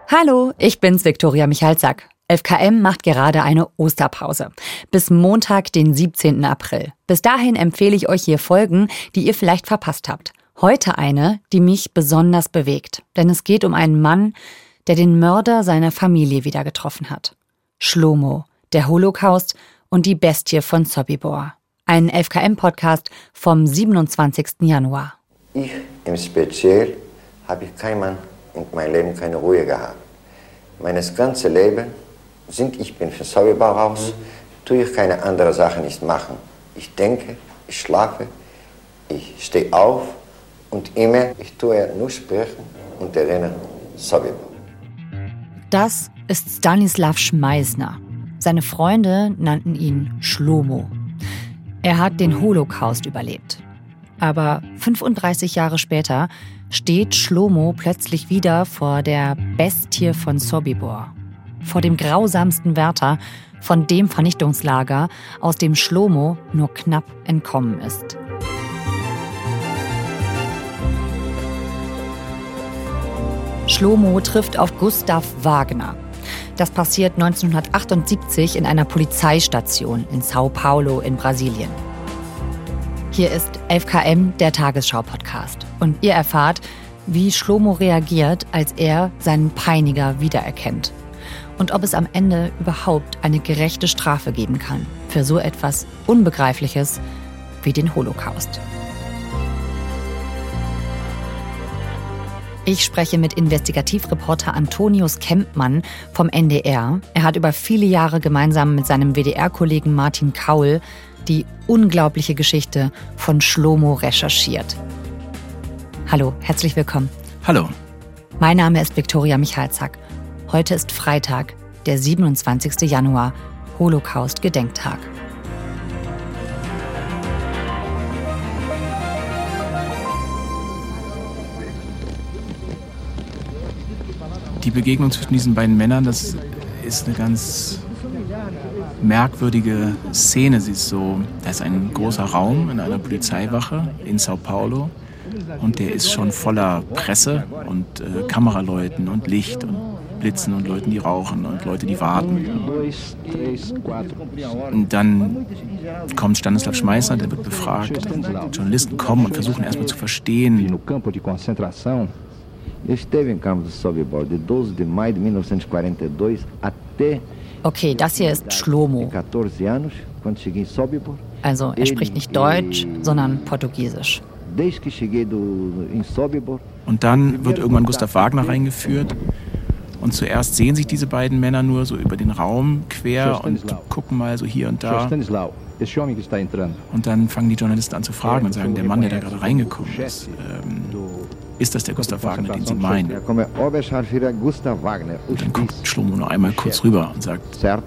Hallo, ich bin's, Viktoria Michalzack. 11KM macht gerade eine Osterpause. Bis Montag, den 17. April. Bis dahin empfehle ich euch hier Folgen, die ihr vielleicht verpasst habt. Heute eine, die mich besonders bewegt. Denn es geht um einen Mann, der den Mörder seiner Familie wieder getroffen hat. Shlomo, der Holocaust und die Bestie von Sobibor. Ein 11KM-Podcast vom 27. Januar. Ich im Speziell habe ich kein Mann in meinem Leben keine Ruhe gehabt. Meines ganze Leben, since ich bin von Sobibor raus, tue ich keine andere Sache nicht machen. Ich denke, ich schlafe, ich stehe auf und immer, ich tue nur sprechen und erinnern Sobibor. Das ist Stanislav Schmeissner. Seine Freunde nannten ihn Shlomo. Er hat den Holocaust überlebt. Aber 35 Jahre später steht Shlomo plötzlich wieder vor der Bestie von Sobibor. Vor dem grausamsten Wärter von dem Vernichtungslager, aus dem Shlomo nur knapp entkommen ist. Shlomo trifft auf Gustav Wagner. Das passiert 1978 in einer Polizeistation in São Paulo in Brasilien. Hier ist 11KM, der Tagesschau-Podcast. Und ihr erfahrt, wie Shlomo reagiert, als er seinen Peiniger wiedererkennt. Und ob es am Ende überhaupt eine gerechte Strafe geben kann für so etwas Unbegreifliches wie den Holocaust. Ich spreche mit Investigativreporter Antonius Kempmann vom NDR. Er hat über viele Jahre gemeinsam mit seinem WDR-Kollegen Martin Kaul die unglaubliche Geschichte von Shlomo recherchiert. Hallo, herzlich willkommen. Hallo. Mein Name ist Viktoria Michalzack. Heute ist Freitag, der 27. Januar, Holocaust-Gedenktag. Die Begegnung zwischen diesen beiden Männern, das ist eine ganz merkwürdige Szene. Sie ist so, da ist ein großer Raum in einer Polizeiwache in São Paulo und der ist schon voller Presse und Kameraleuten und Licht und Blitzen und Leuten, die rauchen und Leute, die warten. Und dann kommt Stanislav Schmeissner, der wird befragt. Journalisten kommen und versuchen erstmal zu verstehen. Ich esteve em Campos de Sobibor de 12 de maio de 1942 até. Okay, das hier ist Shlomo. Also er spricht nicht Deutsch, sondern Portugiesisch. Und dann wird irgendwann Gustav Wagner reingeführt. Und zuerst sehen sich diese beiden Männer nur so über den Raum quer und gucken mal so hier und da. Und dann fangen die Journalisten an zu fragen und sagen, der Mann, der da gerade reingekommen ist das der Gustav Wagner, den Sie meinen? Und dann guckt Shlomo noch einmal kurz rüber und sagt, ja,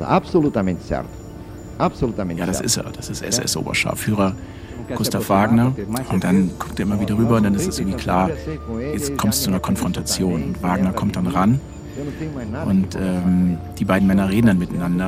das ist er, das ist SS-Oberscharführer Gustav Wagner. Und dann guckt er immer wieder rüber und dann ist es irgendwie klar, jetzt kommt es zu einer Konfrontation. Und Wagner kommt dann ran und die beiden Männer reden dann miteinander.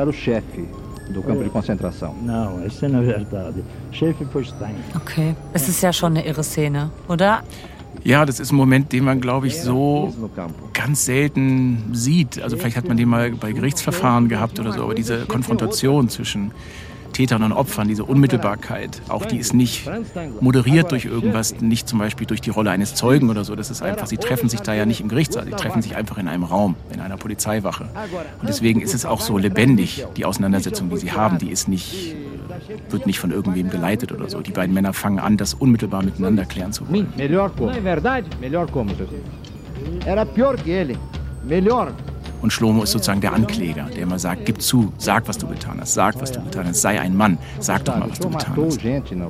Okay, es ist ja schon eine irre Szene, oder? Ja, das ist ein Moment, den man, glaube ich, so ganz selten sieht. Also vielleicht hat man den mal bei Gerichtsverfahren gehabt oder so, aber diese Konfrontation zwischen Tätern und Opfern, diese Unmittelbarkeit, auch die ist nicht moderiert durch irgendwas, nicht zum Beispiel durch die Rolle eines Zeugen oder so. Das ist einfach, sie treffen sich da ja nicht im Gerichtssaal, sie treffen sich einfach in einem Raum, in einer Polizeiwache. Und deswegen ist es auch so lebendig, die Auseinandersetzung, die sie haben, die ist nicht, wird nicht von irgendwem geleitet oder so. Die beiden Männer fangen an, das unmittelbar miteinander klären zu wollen. Und Shlomo ist sozusagen der Ankläger, der immer sagt, gib zu, sag, was du getan hast, sag, was du getan hast, sei ein Mann, sag doch mal, was du getan hast.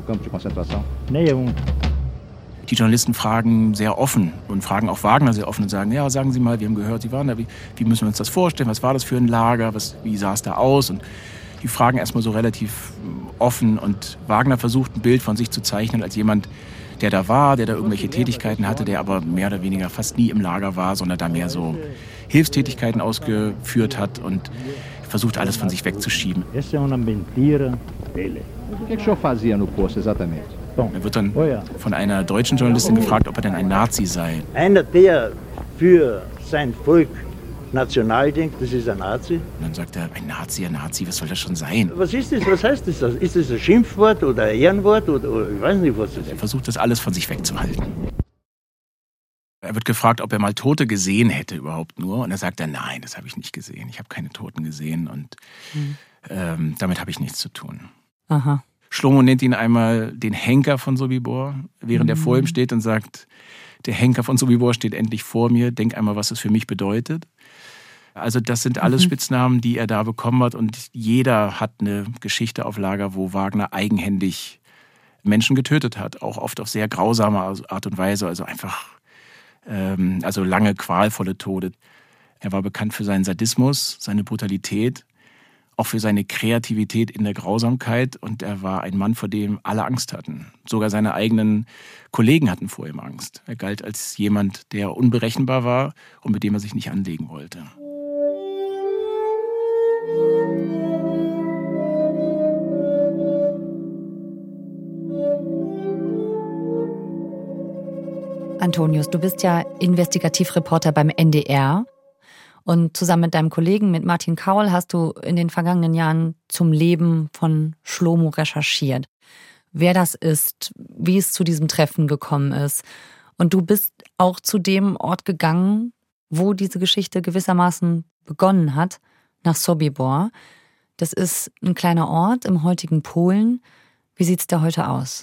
Die Journalisten fragen sehr offen und fragen auch Wagner sehr offen und sagen, ja, sagen Sie mal, wir haben gehört, Sie waren da, wie müssen wir uns das vorstellen, was war das für ein Lager, wie sah es da aus? Und die fragen erstmal so relativ offen und Wagner versucht ein Bild von sich zu zeichnen als jemand, der da war, der da irgendwelche Tätigkeiten hatte, der aber mehr oder weniger fast nie im Lager war, sondern da mehr so Hilfstätigkeiten ausgeführt hat und versucht, alles von sich wegzuschieben. Er wird dann von einer deutschen Journalistin gefragt, ob er denn ein Nazi sei. Einer, der für sein Volk national denkt, das ist ein Nazi. Und dann sagt er, ein Nazi, was soll das schon sein? Was ist das? Was heißt das? Ist das ein Schimpfwort oder ein Ehrenwort oder ich weiß nicht, was das ist. Er versucht das alles von sich wegzuhalten. Er wird gefragt, ob er mal Tote gesehen hätte überhaupt nur. Und er sagt dann, nein, das habe ich nicht gesehen. Ich habe keine Toten gesehen und damit habe ich nichts zu tun. Aha. Shlomo nennt ihn einmal den Henker von Sobibor, während er vor ihm steht und sagt, der Henker von Sobibor steht endlich vor mir, denk einmal, was es für mich bedeutet. Also das sind alles Spitznamen, die er da bekommen hat und jeder hat eine Geschichte auf Lager, wo Wagner eigenhändig Menschen getötet hat, auch oft auf sehr grausame Art und Weise, also einfach also lange qualvolle Tode. Er war bekannt für seinen Sadismus, seine Brutalität, auch für seine Kreativität in der Grausamkeit und er war ein Mann, vor dem alle Angst hatten. Sogar seine eigenen Kollegen hatten vor ihm Angst. Er galt als jemand, der unberechenbar war und mit dem er sich nicht anlegen wollte. Antonius, du bist ja Investigativreporter beim NDR. Und zusammen mit deinem Kollegen, mit Martin Kaul, hast du in den vergangenen Jahren zum Leben von Shlomo recherchiert. Wer das ist, wie es zu diesem Treffen gekommen ist. Und du bist auch zu dem Ort gegangen, wo diese Geschichte gewissermaßen begonnen hat, nach Sobibor. Das ist ein kleiner Ort im heutigen Polen. Wie sieht es da heute aus?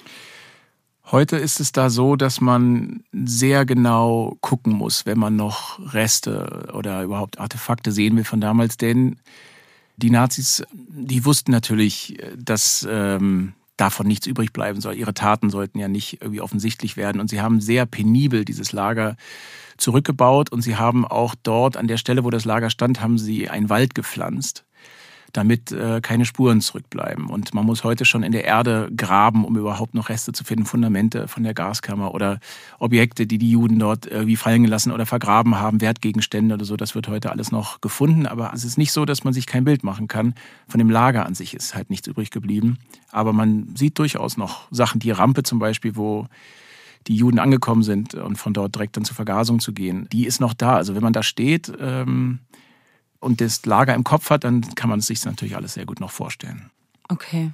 Heute ist es da so, dass man sehr genau gucken muss, wenn man noch Reste oder überhaupt Artefakte sehen will von damals. Denn die Nazis, die wussten natürlich, dass davon nichts übrig bleiben soll. Ihre Taten sollten ja nicht irgendwie offensichtlich werden. Und sie haben sehr penibel dieses Lager zurückgebaut. Und sie haben auch dort an der Stelle, wo das Lager stand, haben sie einen Wald gepflanzt, damit keine Spuren zurückbleiben. Und man muss heute schon in der Erde graben, um überhaupt noch Reste zu finden, Fundamente von der Gaskammer oder Objekte, die die Juden dort irgendwie fallen gelassen oder vergraben haben, Wertgegenstände oder so. Das wird heute alles noch gefunden. Aber es ist nicht so, dass man sich kein Bild machen kann. Von dem Lager an sich ist halt nichts übrig geblieben. Aber man sieht durchaus noch Sachen, die Rampe zum Beispiel, wo die Juden angekommen sind und von dort direkt dann zur Vergasung zu gehen, die ist noch da. Also wenn man da steht und das Lager im Kopf hat, dann kann man es sich natürlich alles sehr gut noch vorstellen. Okay.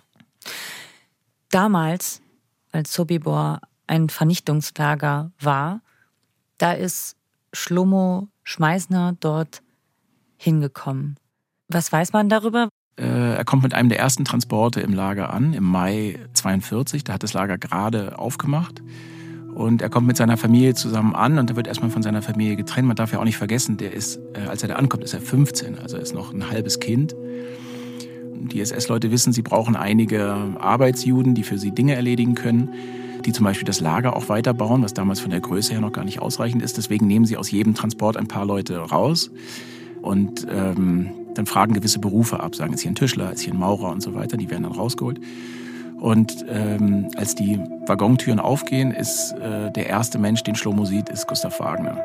Damals, als Sobibor ein Vernichtungslager war, da ist Shlomo Schmeissner dort hingekommen. Was weiß man darüber? Er kommt mit einem der ersten Transporte im Lager an, im Mai 1942. Da hat das Lager gerade aufgemacht. Und er kommt mit seiner Familie zusammen an und er wird erstmal von seiner Familie getrennt. Man darf ja auch nicht vergessen, der ist, als er da ankommt, ist er 15, also er ist noch ein halbes Kind. Die SS-Leute wissen, sie brauchen einige Arbeitsjuden, die für sie Dinge erledigen können, die zum Beispiel das Lager auch weiterbauen, was damals von der Größe her noch gar nicht ausreichend ist. Deswegen nehmen sie aus jedem Transport ein paar Leute raus und dann fragen gewisse Berufe ab, sagen, ist hier ein Tischler, ist hier ein Maurer und so weiter, die werden dann rausgeholt. Und als die Waggontüren aufgehen, ist der erste Mensch, den Shlomo sieht, ist Gustav Wagner.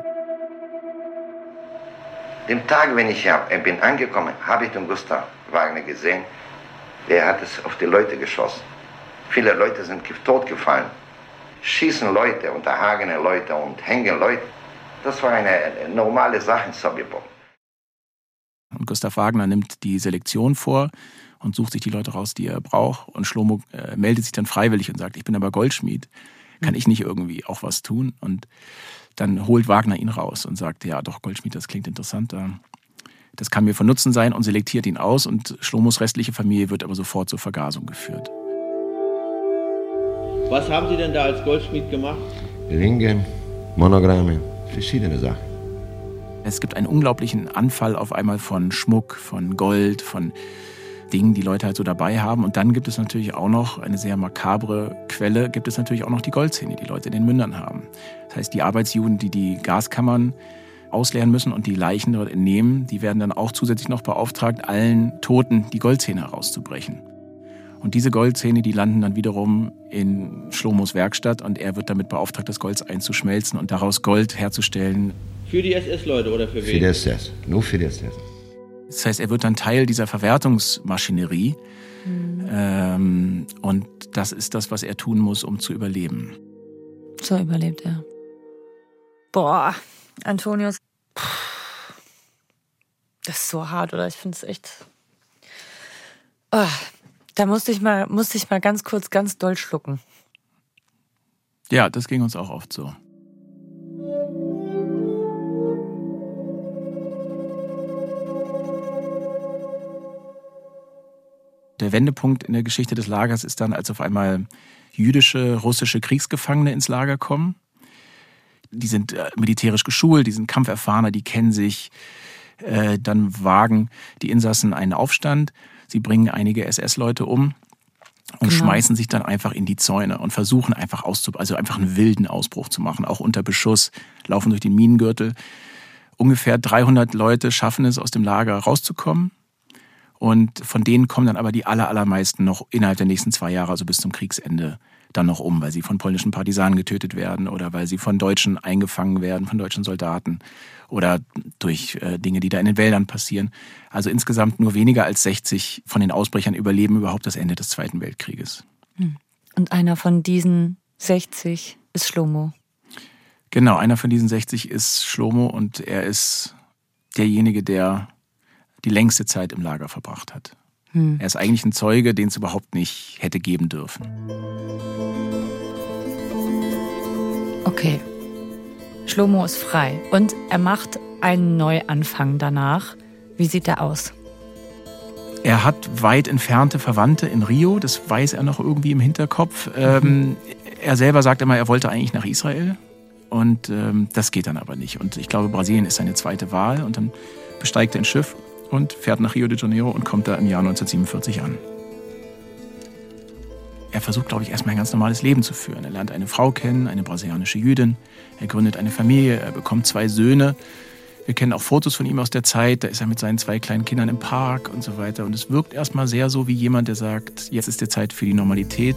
Dem Tag, wenn ich bin angekommen, habe ich den Gustav Wagner gesehen. Der hat es auf die Leute geschossen. Viele Leute sind tot gefallen. Schießen Leute, unterhagene Leute und hängen Leute. Das war eine normale Sache in Sobibor. Und Gustav Wagner nimmt die Selektion vor und sucht sich die Leute raus, die er braucht. Und Shlomo meldet sich dann freiwillig und sagt, ich bin aber Goldschmied, kann ich nicht irgendwie auch was tun? Und dann holt Wagner ihn raus und sagt, ja doch, Goldschmied, das klingt interessant, das kann mir von Nutzen sein und selektiert ihn aus. Und Shlomos restliche Familie wird aber sofort zur Vergasung geführt. Was haben Sie denn da als Goldschmied gemacht? Ringe, Monogramme, verschiedene Sachen. Es gibt einen unglaublichen Anfall auf einmal von Schmuck, von Gold, von Dingen, die Leute halt so dabei haben. Und dann gibt es natürlich auch noch eine sehr makabre Quelle, gibt es natürlich auch noch die Goldzähne, die Leute in den Mündern haben. Das heißt, die Arbeitsjuden, die die Gaskammern ausleeren müssen und die Leichen dort entnehmen, die werden dann auch zusätzlich noch beauftragt, allen Toten die Goldzähne herauszubrechen. Und diese Goldzähne, die landen dann wiederum in Shlomos Werkstatt und er wird damit beauftragt, das Gold einzuschmelzen und daraus Gold herzustellen. Für die SS-Leute oder für wen? Für die SS, nur für die SS. Das heißt, er wird dann Teil dieser Verwertungsmaschinerie. Und das ist das, was er tun muss, um zu überleben. So überlebt er. Boah, Antonius. Das ist so hart, oder? Ich finde es echt... Oh, da musste ich mal ganz kurz ganz doll schlucken. Ja, das ging uns auch oft so. Der Wendepunkt in der Geschichte des Lagers ist dann, als auf einmal jüdische, russische Kriegsgefangene ins Lager kommen. Die sind militärisch geschult, die sind kampferfahrener, die kennen sich. Dann wagen die Insassen einen Aufstand. Sie bringen einige SS-Leute um und schmeißen sich dann einfach in die Zäune und versuchen einfach einfach einen wilden Ausbruch zu machen, auch unter Beschuss, laufen durch den Minengürtel. Ungefähr 300 Leute schaffen es, aus dem Lager rauszukommen. Und von denen kommen dann aber die allermeisten noch innerhalb der nächsten 2 Jahre, also bis zum Kriegsende, dann noch um, weil sie von polnischen Partisanen getötet werden oder weil sie von Deutschen eingefangen werden, von deutschen Soldaten oder durch Dinge, die da in den Wäldern passieren. Also insgesamt nur weniger als 60 von den Ausbrechern überleben überhaupt das Ende des Zweiten Weltkrieges. Und einer von diesen 60 ist Shlomo. Genau, einer von diesen 60 ist Shlomo und er ist derjenige, der die längste Zeit im Lager verbracht hat. Er ist eigentlich ein Zeuge, den es überhaupt nicht hätte geben dürfen. Okay. Shlomo ist frei und er macht einen Neuanfang danach. Wie sieht er aus? Er hat weit entfernte Verwandte in Rio, das weiß er noch irgendwie im Hinterkopf. Er selber sagt immer, er wollte eigentlich nach Israel und das geht dann aber nicht. Und ich glaube, Brasilien ist seine zweite Wahl und dann besteigt er ein Schiff und fährt nach Rio de Janeiro und kommt da im Jahr 1947 an. Er versucht, glaube ich, erstmal ein ganz normales Leben zu führen. Er lernt eine Frau kennen, eine brasilianische Jüdin. Er gründet eine Familie, er bekommt 2 Söhne. Wir kennen auch Fotos von ihm aus der Zeit. Da ist er mit seinen 2 kleinen Kindern im Park und so weiter. Und es wirkt erstmal sehr so wie jemand, der sagt, jetzt ist die Zeit für die Normalität.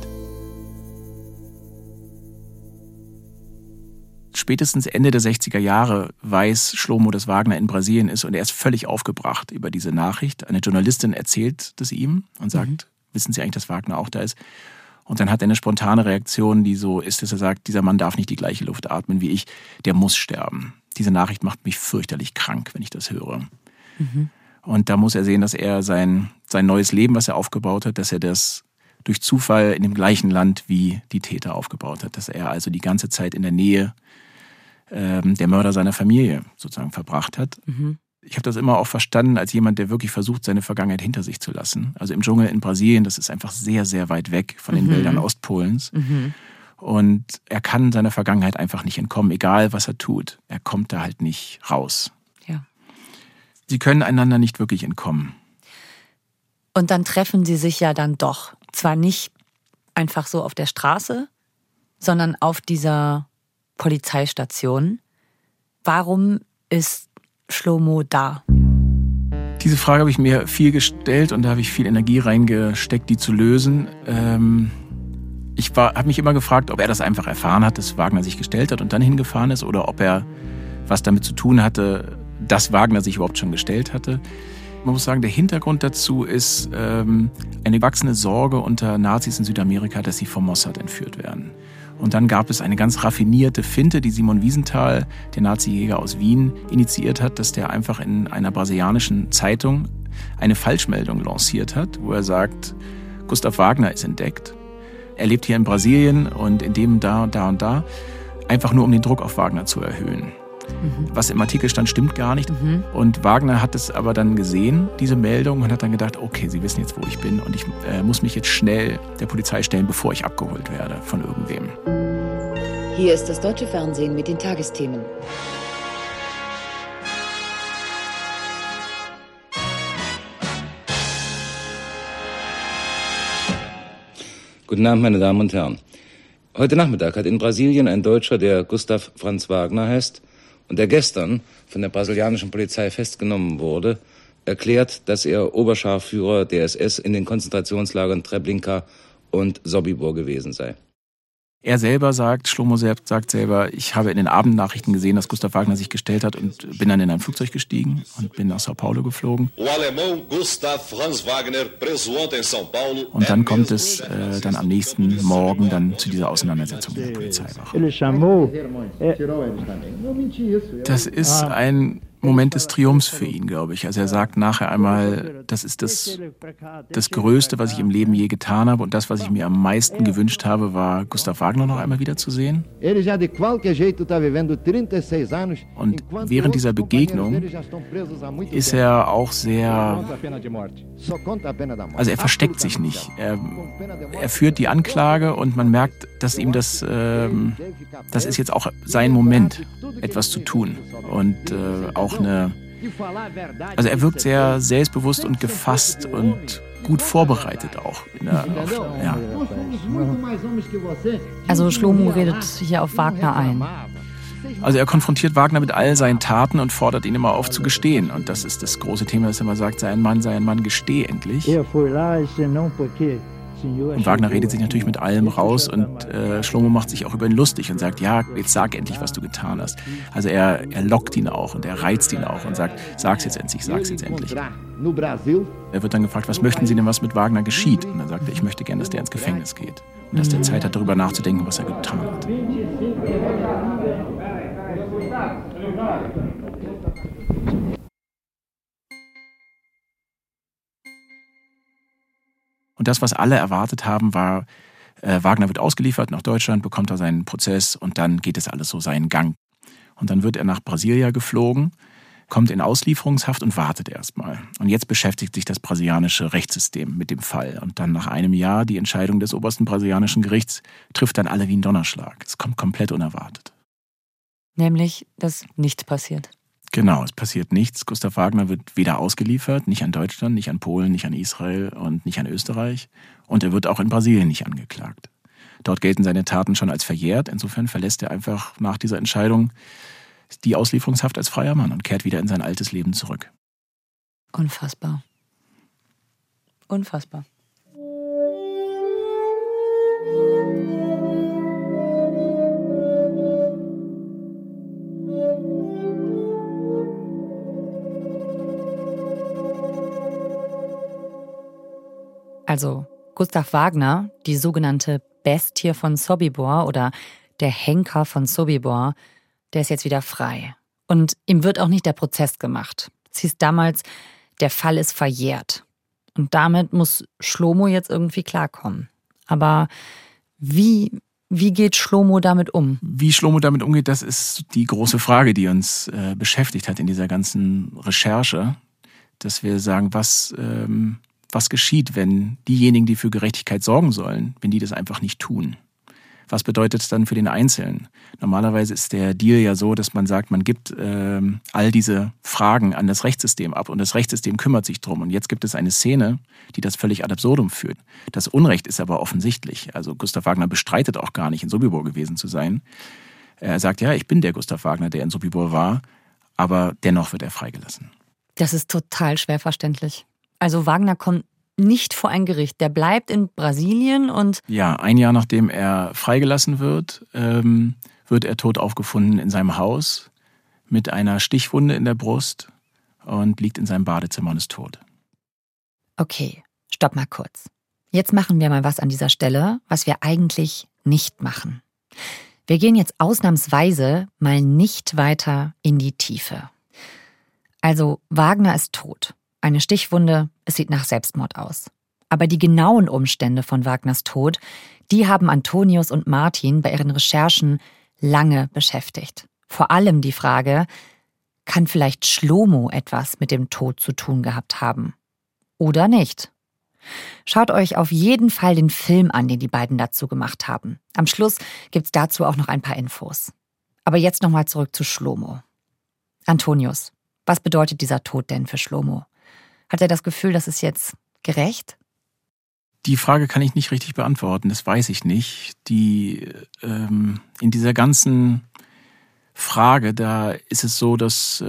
Spätestens Ende der 60er Jahre weiß Shlomo, dass Wagner in Brasilien ist und er ist völlig aufgebracht über diese Nachricht. Eine Journalistin erzählt das ihm und sagt, wissen Sie eigentlich, dass Wagner auch da ist? Und dann hat er eine spontane Reaktion, die so ist, dass er sagt, dieser Mann darf nicht die gleiche Luft atmen wie ich, der muss sterben. Diese Nachricht macht mich fürchterlich krank, wenn ich das höre. Und da muss er sehen, dass er sein neues Leben, was er aufgebaut hat, dass er das durch Zufall in dem gleichen Land wie die Täter aufgebaut hat. Dass er also die ganze Zeit in der Nähe der Mörder seiner Familie sozusagen verbracht hat. Ich habe das immer auch verstanden als jemand, der wirklich versucht, seine Vergangenheit hinter sich zu lassen. Also im Dschungel in Brasilien, das ist einfach sehr, sehr weit weg von den Wäldern Ostpolens. Und er kann seiner Vergangenheit einfach nicht entkommen, egal was er tut. Er kommt da halt nicht raus. Ja. Sie können einander nicht wirklich entkommen. Und dann treffen sie sich ja dann doch. Zwar nicht einfach so auf der Straße, sondern auf dieser Polizeistation. Warum ist Shlomo da? Diese Frage habe ich mir viel gestellt und da habe ich viel Energie reingesteckt, die zu lösen. Ich habe mich immer gefragt, ob er das einfach erfahren hat, dass Wagner sich gestellt hat und dann hingefahren ist oder ob er was damit zu tun hatte, dass Wagner sich überhaupt schon gestellt hatte. Man muss sagen, der Hintergrund dazu ist eine wachsende Sorge unter Nazis in Südamerika, dass sie vom Mossad entführt werden. Und dann gab es eine ganz raffinierte Finte, die Simon Wiesenthal, der Nazi-Jäger aus Wien, initiiert hat, dass der einfach in einer brasilianischen Zeitung eine Falschmeldung lanciert hat, wo er sagt, Gustav Wagner ist entdeckt. Er lebt hier in Brasilien und in dem da und da und da, einfach nur um den Druck auf Wagner zu erhöhen. Was im Artikel stand, stimmt gar nicht. Und Wagner hat es aber dann gesehen, diese Meldung, und hat dann gedacht, okay, Sie wissen jetzt, wo ich bin und ich muss mich jetzt schnell der Polizei stellen, bevor ich abgeholt werde von irgendwem. Hier ist das deutsche Fernsehen mit den Tagesthemen. Guten Abend, meine Damen und Herren. Heute Nachmittag hat in Brasilien ein Deutscher, der Gustav Franz Wagner heißt und der gestern von der brasilianischen Polizei festgenommen wurde, erklärt, dass er Oberscharführer der SS in den Konzentrationslagern Treblinka und Sobibor gewesen sei. Er selber sagt, Shlomo sagt selber, ich habe in den Abendnachrichten gesehen, dass Gustav Wagner sich gestellt hat und bin dann in ein Flugzeug gestiegen und bin nach Sao Paulo geflogen. Und dann kommt es dann am nächsten Morgen dann zu dieser Auseinandersetzung mit der Polizeiwache. Das ist ein Moment des Triumphs für ihn, glaube ich. Also er sagt nachher einmal, das ist das Größte, was ich im Leben je getan habe. Und das, was ich mir am meisten gewünscht habe, war, Gustav Wagner noch einmal wiederzusehen. Und während dieser Begegnung ist er auch sehr... Also er versteckt sich nicht. Er führt die Anklage und man merkt, dass ihm das ist jetzt auch sein Moment, etwas zu tun. Und auch also er wirkt sehr selbstbewusst und gefasst und gut vorbereitet auch. Also Shlomo redet hier auf Wagner ein. Also er konfrontiert Wagner mit all seinen Taten und fordert ihn immer auf zu gestehen. Und das ist das große Thema, dass er immer sagt, sei ein Mann, gesteh endlich. Und Wagner redet sich natürlich mit allem raus und Shlomo macht sich auch über ihn lustig und sagt, ja, jetzt sag endlich, was du getan hast. Also er lockt ihn auch und er reizt ihn auch und sagt, sag's jetzt endlich. Er wird dann gefragt, was möchten Sie denn, was mit Wagner geschieht? Und dann sagt er, ich möchte gerne, dass der ins Gefängnis geht. Und dass der Zeit hat, darüber nachzudenken, was er getan hat. Und das, was alle erwartet haben, war, Wagner wird ausgeliefert nach Deutschland, bekommt er seinen Prozess und dann geht es alles so seinen Gang. Und dann wird er nach Brasilia geflogen, kommt in Auslieferungshaft und wartet erstmal. Und jetzt beschäftigt sich das brasilianische Rechtssystem mit dem Fall. Und dann nach einem Jahr die Entscheidung des obersten brasilianischen Gerichts trifft dann alle wie ein Donnerschlag. Es kommt komplett unerwartet. Nämlich, dass nichts passiert. Genau, es passiert nichts. Gustav Wagner wird weder ausgeliefert, nicht an Deutschland, nicht an Polen, nicht an Israel und nicht an Österreich. Und er wird auch in Brasilien nicht angeklagt. Dort gelten seine Taten schon als verjährt. Insofern verlässt er einfach nach dieser Entscheidung die Auslieferungshaft als freier Mann und kehrt wieder in sein altes Leben zurück. Unfassbar. Unfassbar. Also Gustav Wagner, die sogenannte Bestie von Sobibor oder der Henker von Sobibor, der ist jetzt wieder frei. Und ihm wird auch nicht der Prozess gemacht. Es hieß damals, der Fall ist verjährt. Und damit muss Shlomo jetzt irgendwie klarkommen. Aber wie geht Shlomo damit um? Wie Shlomo damit umgeht, das ist die große Frage, die uns beschäftigt hat in dieser ganzen Recherche. Dass wir sagen, was geschieht, wenn diejenigen, die für Gerechtigkeit sorgen sollen, wenn die das einfach nicht tun? Was bedeutet es dann für den Einzelnen? Normalerweise ist der Deal ja so, dass man sagt, man gibt all diese Fragen an das Rechtssystem ab und das Rechtssystem kümmert sich drum. Und jetzt gibt es eine Szene, die das völlig ad absurdum führt. Das Unrecht ist aber offensichtlich. Also Gustav Wagner bestreitet auch gar nicht, in Sobibor gewesen zu sein. Er sagt, ja, ich bin der Gustav Wagner, der in Sobibor war, aber dennoch wird er freigelassen. Das ist total schwer verständlich. Also Wagner kommt nicht vor ein Gericht. Der bleibt in Brasilien und... Ja, ein Jahr nachdem er freigelassen wird, wird er tot aufgefunden in seinem Haus mit einer Stichwunde in der Brust und liegt in seinem Badezimmer und ist tot. Okay, stopp mal kurz. Jetzt machen wir mal was an dieser Stelle, was wir eigentlich nicht machen. Wir gehen jetzt ausnahmsweise mal nicht weiter in die Tiefe. Also Wagner ist tot. Eine Stichwunde, es sieht nach Selbstmord aus. Aber die genauen Umstände von Wagners Tod, die haben Antonius und Martin bei ihren Recherchen lange beschäftigt. Vor allem die Frage, kann vielleicht Shlomo etwas mit dem Tod zu tun gehabt haben? Oder nicht? Schaut euch auf jeden Fall den Film an, den die beiden dazu gemacht haben. Am Schluss gibt's dazu auch noch ein paar Infos. Aber jetzt nochmal zurück zu Shlomo. Antonius, was bedeutet dieser Tod denn für Shlomo? Hat er das Gefühl, das ist jetzt gerecht? Die Frage kann ich nicht richtig beantworten, das weiß ich nicht. In dieser ganzen Frage, da ist es so, dass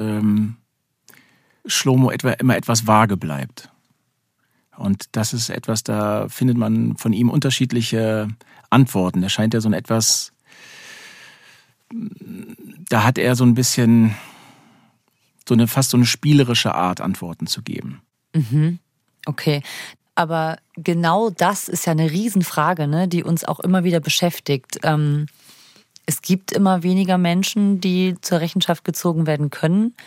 Shlomo immer etwas vage bleibt. Und das ist etwas, da findet man von ihm unterschiedliche Antworten. Er scheint ja da hat er so ein bisschen fast so eine spielerische Art, Antworten zu geben. Mhm. Okay, aber genau das ist ja eine Riesenfrage, ne, die uns auch immer wieder beschäftigt. Es gibt immer weniger Menschen, die zur Rechenschaft gezogen werden können.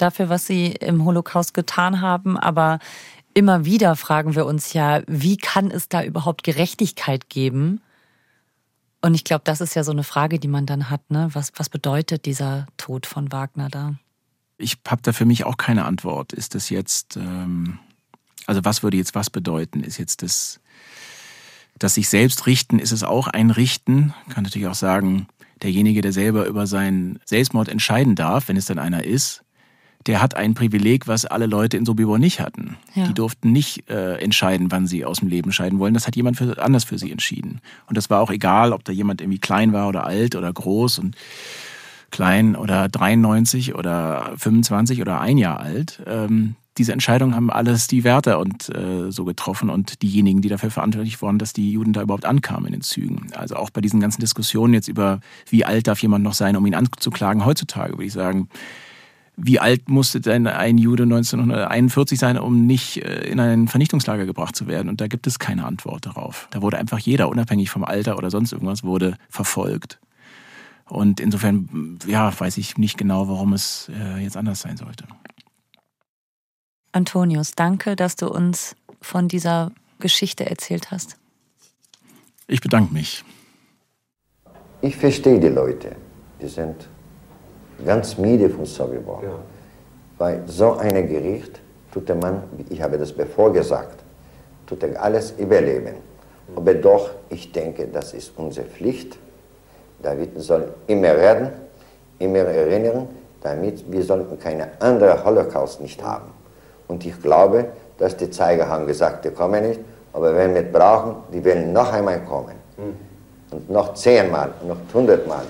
dafür, was sie im Holocaust getan haben. Aber immer wieder fragen wir uns ja, wie kann es da überhaupt Gerechtigkeit geben? Und ich glaube, das ist ja so eine Frage, die man dann hat, ne? Was bedeutet dieser Tod von Wagner da? Ich habe da für mich auch keine Antwort. Ist das jetzt, also was würde jetzt was bedeuten? Ist jetzt das sich selbst richten, ist es auch ein Richten? Man kann natürlich auch sagen, derjenige, der selber über seinen Selbstmord entscheiden darf, wenn es denn einer ist, der hat ein Privileg, was alle Leute in Sobibor nicht hatten. Ja. Die durften nicht entscheiden, wann sie aus dem Leben scheiden wollen. Das hat jemand anders für sie entschieden. Und das war auch egal, ob da jemand irgendwie klein war oder alt oder groß und klein oder 93 oder 25 oder 1 Jahr alt. Diese Entscheidungen haben alles die Wärter und so getroffen und diejenigen, die dafür verantwortlich waren, dass die Juden da überhaupt ankamen in den Zügen. Also auch bei diesen ganzen Diskussionen jetzt über, wie alt darf jemand noch sein, um ihn anzuklagen, heutzutage würde ich sagen, wie alt musste denn ein Jude 1941 sein, um nicht in ein Vernichtungslager gebracht zu werden? Und da gibt es keine Antwort darauf. Da wurde einfach jeder, unabhängig vom Alter oder sonst irgendwas, wurde verfolgt. Und insofern, ja, weiß ich nicht genau, warum es jetzt anders sein sollte. Antonius, danke, dass du uns von dieser Geschichte erzählt hast. Ich bedanke mich. Ich verstehe die Leute. Die sind ganz müde von Sobibor. Ja. Weil so ein Gericht tut der Mann, ich habe das bevor gesagt, tut er alles überleben. Aber doch, ich denke, das ist unsere Pflicht. David soll immer reden, immer erinnern, damit wir sollten keine andere Holocaust nicht haben. Und ich glaube, dass die Zeiger haben gesagt, die kommen nicht, aber wenn wir brauchen, die werden noch einmal kommen. Und noch 10-mal, noch 100-mal.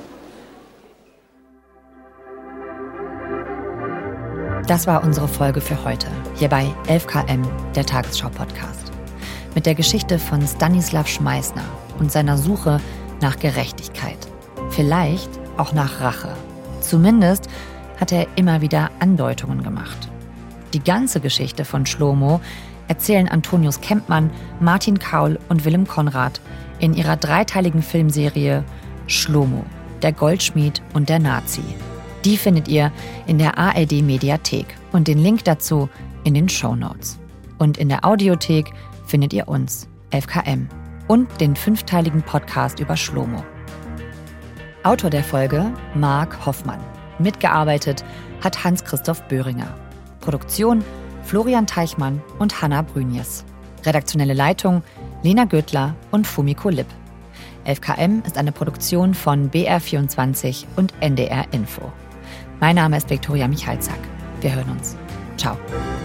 Das war unsere Folge für heute, hier bei 11KM, der Tagesschau-Podcast. Mit der Geschichte von Stanislav Schmeißner und seiner Suche nach Gerechtigkeit. Vielleicht auch nach Rache. Zumindest hat er immer wieder Andeutungen gemacht. Die ganze Geschichte von Shlomo erzählen Antonius Kempmann, Martin Kaul und Willem Konrad in ihrer 3-teiligen Filmserie Shlomo, der Goldschmied und der Nazi. Die findet ihr in der ARD-Mediathek und den Link dazu in den Shownotes. Und in der Audiothek findet ihr uns, 11KM, und den 5-teiligen Podcast über Shlomo. Autor der Folge Marc Hoffmann. Mitgearbeitet hat Hans-Christoph Böhringer. Produktion Florian Teichmann und Hanna Brünjes. Redaktionelle Leitung Lena Göttler und Fumiko Lipp. 11KM ist eine Produktion von BR24 und NDR Info. Mein Name ist Viktoria Michalzack. Wir hören uns. Ciao.